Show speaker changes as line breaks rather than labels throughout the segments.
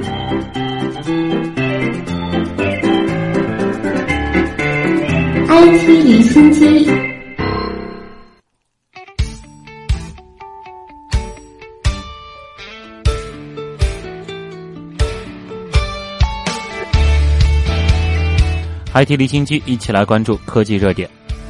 IT 离心机。
IT 离心机，一起来关注科技热点。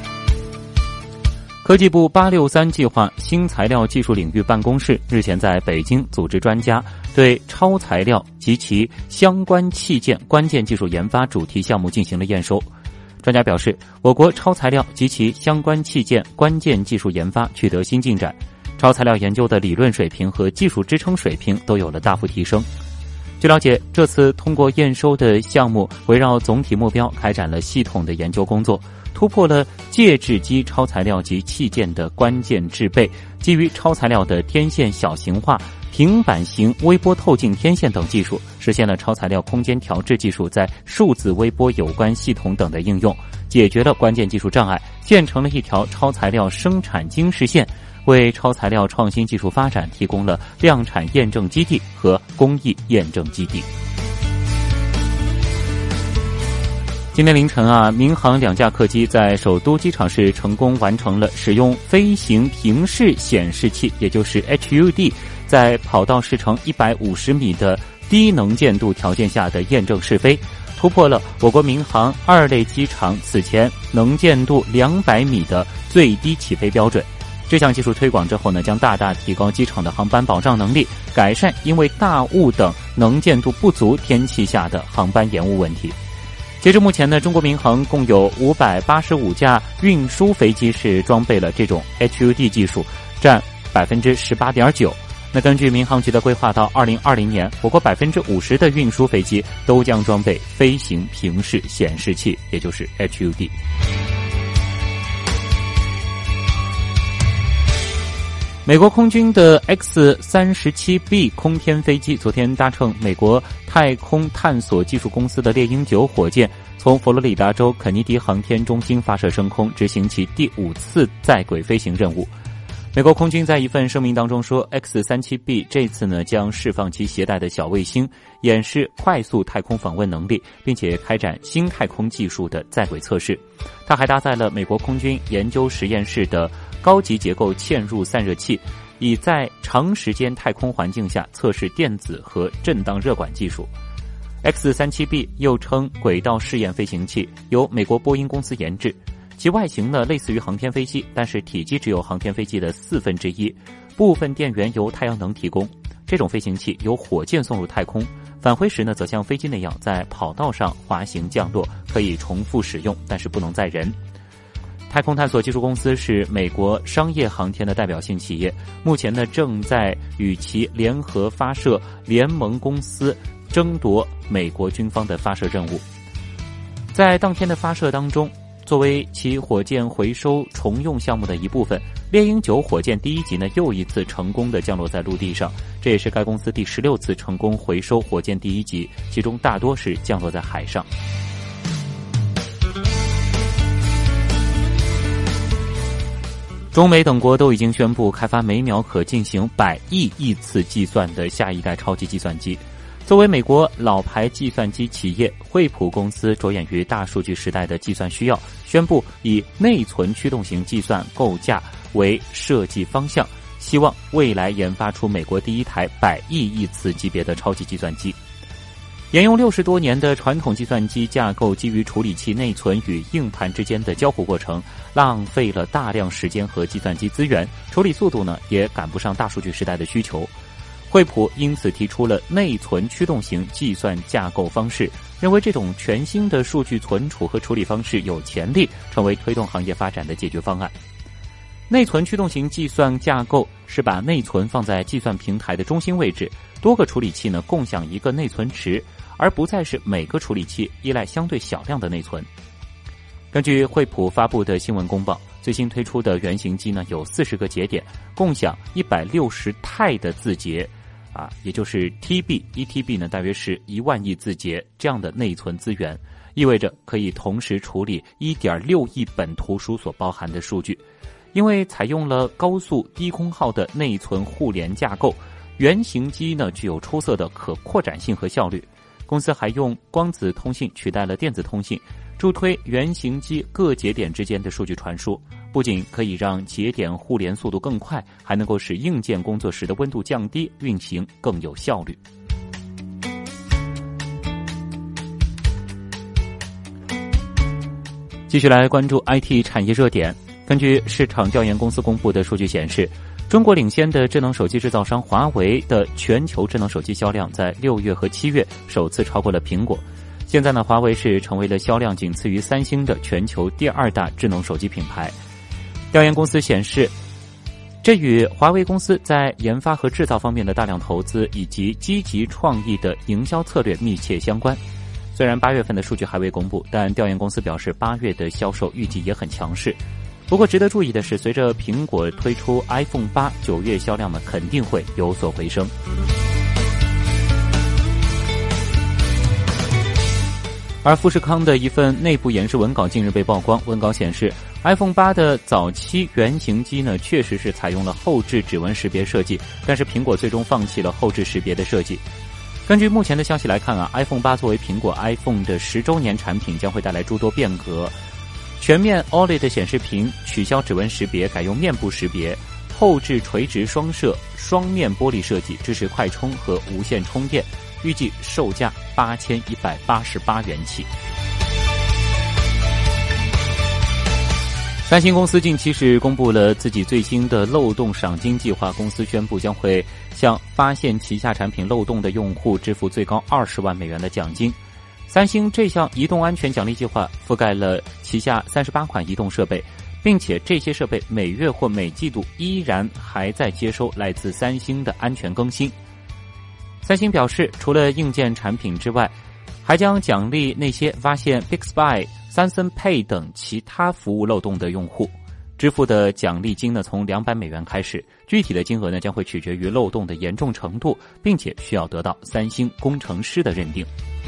科技部863计划新材料技术领域办公室日前在北京组织专家对超材料及其相关器件关键技术研发主题项目进行了验收。专家表示，我国超材料及其相关器件关键技术研发取得新进展，超材料研究的理论水平和技术支撑水平都有了大幅提升。据了解，这次通过验收的项目围绕总体目标开展了系统的研究工作，突破了介质基超材料及器件的关键制备，基于超材料的天线小型化、平板型微波透镜天线等技术，实现了超材料空间调制技术在数字微波有关系统等的应用，解决了关键技术障碍，建成了一条超材料生产经示线，为超材料创新技术发展提供了量产验证基地和工艺验证基地。今天凌晨民航2架客机在首都机场市成功完成了使用飞行平视显示器，也就是 HUD， 在跑道时程150米的低能见度条件下的验证试飞，突破了我国民航2类机场此前能见度200米的最低起飞标准。这项技术推广之后呢，将大大提高机场的航班保障能力，改善因为大雾等能见度不足天气下的航班延误问题。截至目前呢，中国民航共有585架运输飞机是装备了这种 HUD 技术，占 18.9%。那根据民航局的规划，到2020年，我国 50% 的运输飞机都将装备飞行平视显示器，也就是 HUD。美国空军的 X-37B 空天飞机昨天搭乘美国太空探索技术公司的猎鹰9火箭，从佛罗里达州肯尼迪航天中心发射升空，执行其第5次在轨飞行任务。美国空军在一份声明当中说， X-37B 这次呢将释放其携带的小卫星，演示快速太空访问能力，并且开展新太空技术的在轨测试。它还搭载了美国空军研究实验室的高级结构嵌入散热器，以在长时间太空环境下测试电子和震荡热管技术。X-37B 又称轨道试验飞行器，由美国波音公司研制。其外形呢类似于航天飞机，但是体积只有航天飞机的1/4，部分电源由太阳能提供。这种飞行器由火箭送入太空，返回时呢则像飞机那样在跑道上滑行降落，可以重复使用，但是不能载人。太空探索技术公司是美国商业航天的代表性企业，目前呢正在与其联合发射联盟公司争夺美国军方的发射任务。在当天的发射当中，作为其火箭回收重用项目的一部分，猎鹰9火箭第1级呢又一次成功的降落在陆地上，这也是该公司第16次成功回收火箭第1级，其中大多是降落在海上。中美等国都已经宣布开发每秒可进行100亿亿次计算的下一代超级计算机。作为美国老牌计算机企业，惠普公司着眼于大数据时代的计算需要，宣布以内存驱动型计算构架为设计方向，希望未来研发出美国第一台100亿亿次级别的超级计算机。沿用60多年的传统计算机架构，基于处理器内存与硬盘之间的交互过程，浪费了大量时间和计算机资源，处理速度呢也赶不上大数据时代的需求。惠普因此提出了内存驱动型计算架构方式，认为这种全新的数据存储和处理方式有潜力成为推动行业发展的解决方案。内存驱动型计算架构是把内存放在计算平台的中心位置，多个处理器呢共享一个内存池，而不再是每个处理器依赖相对小量的内存。根据惠普发布的新闻公报，最新推出的原型机呢有40个节点，共享160泰的字节，也就是 1 TB 呢大约是1万亿字节这样的内存资源，意味着可以同时处理 1.6 亿本图书所包含的数据。因为采用了高速低空号的内存互联架构， 原型机呢具有出色的可扩展性和效率。公司还用光子通信取代了电子通信，助推原型机各节点之间的数据传输，不仅可以让节点互联速度更快，还能够使硬件工作时的温度降低，运行更有效率。继续来关注 IT 产业热点。根据市场调研公司公布的数据显示，中国领先的智能手机制造商华为的全球智能手机销量在6月和7月首次超过了苹果。现在呢，华为是成为了销量仅次于三星的全球第2大智能手机品牌。调研公司显示，这与华为公司在研发和制造方面的大量投资以及积极创意的营销策略密切相关。虽然8月份的数据还未公布，但调研公司表示8月的销售预计也很强势。不过值得注意的是，随着苹果推出 iPhone 8 9月销量呢肯定会有所回升。而富士康的一份内部演示文稿近日被曝光，文稿显示 iPhone 8的早期原型机呢确实是采用了后置指纹识别设计，但是苹果最终放弃了后置识别的设计。根据目前的消息来看iPhone 8作为苹果 iPhone 的10周年产品，将会带来诸多变革。全面 OLED 显示屏取消指纹识别，改用面部识别，后置垂直双摄双面玻璃设计，支持快充和无线充电，预计售价8188元起。三星公司近期是公布了自己最新的漏洞赏金计划，公司宣布将会向发现旗下产品漏洞的用户支付最高20万美元的奖金。三星这项移动安全奖励计划覆盖了旗下38款移动设备，并且这些设备每月或每季度依然还在接收来自三星的安全更新。三星表示，除了硬件产品之外，还将奖励那些发现 Bixby、Samsung Pay 等其他服务漏洞的用户。支付的奖励金呢从200美元开始，具体的金额呢将会取决于漏洞的严重程度，并且需要得到三星工程师的认定。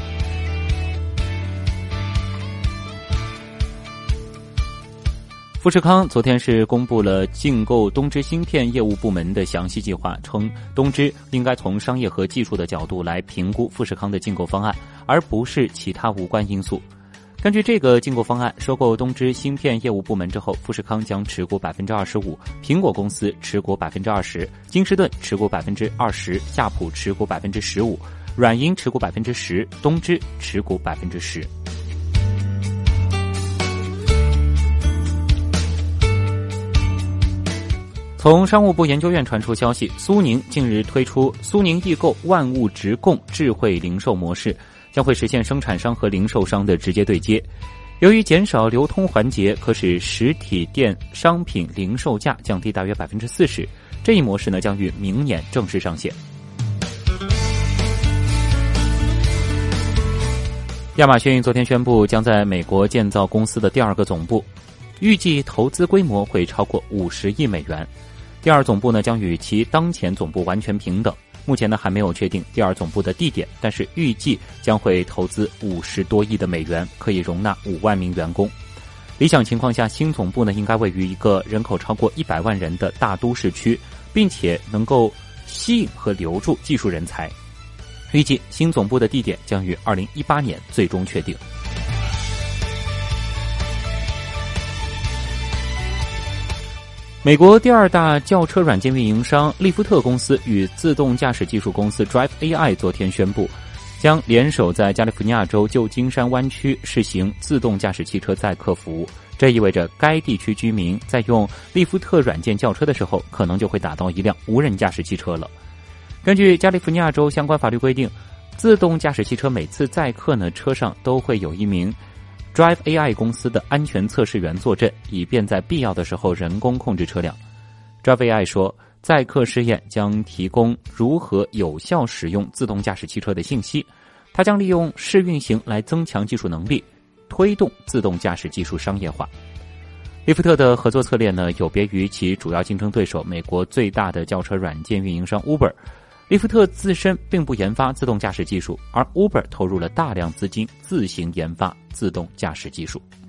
富士康昨天是公布了竞购东芝芯片业务部门的详细计划，称东芝应该从商业和技术的角度来评估富士康的竞购方案，而不是其他无关因素。根据这个竞购方案，收购东芝芯片业务部门之后，富士康将持股 25%， 苹果公司持股 20%， 金士顿持股 20%， 夏普持股 15%， 软银持股 10%， 东芝持股 10%。从商务部研究院传出消息，苏宁近日推出苏宁易购万物直供智慧零售模式，将会实现生产商和零售商的直接对接。由于减少流通环节，可使实体店商品零售价降低大约 40%。 这一模式呢将于明年正式上线。亚马逊昨天宣布将在美国建造公司的第2个总部，预计投资规模会超过50亿美元。第2总部呢将与其当前总部完全平等。目前呢还没有确定第2总部的地点，但是预计将会投资50多亿的美元，可以容纳5万名员工。理想情况下，新总部呢应该位于一个人口超过100万人的大都市区，并且能够吸引和留住技术人才。预计新总部的地点将于2018年最终确定。美国第2大轿车软件运营商利福特公司与自动驾驶技术公司 Drive AI 昨天宣布，将联手在加利福尼亚州旧金山湾区试行自动驾驶汽车载客服务。这意味着该地区居民在用利福特软件叫车的时候，可能就会打到一辆无人驾驶汽车了。根据加利福尼亚州相关法律规定，自动驾驶汽车每次载客呢，车上都会有一名Drive AI 公司的安全测试员坐镇，以便在必要的时候人工控制车辆。Drive AI 说，载客试验将提供如何有效使用自动驾驶汽车的信息，它将利用试运行来增强技术能力，推动自动驾驶技术商业化。利福特的合作策略呢，有别于其主要竞争对手美国最大的轿车软件运营商 Uber。利福特自身并不研发自动驾驶技术，而 Uber 投入了大量资金自行研发自动驾驶技术。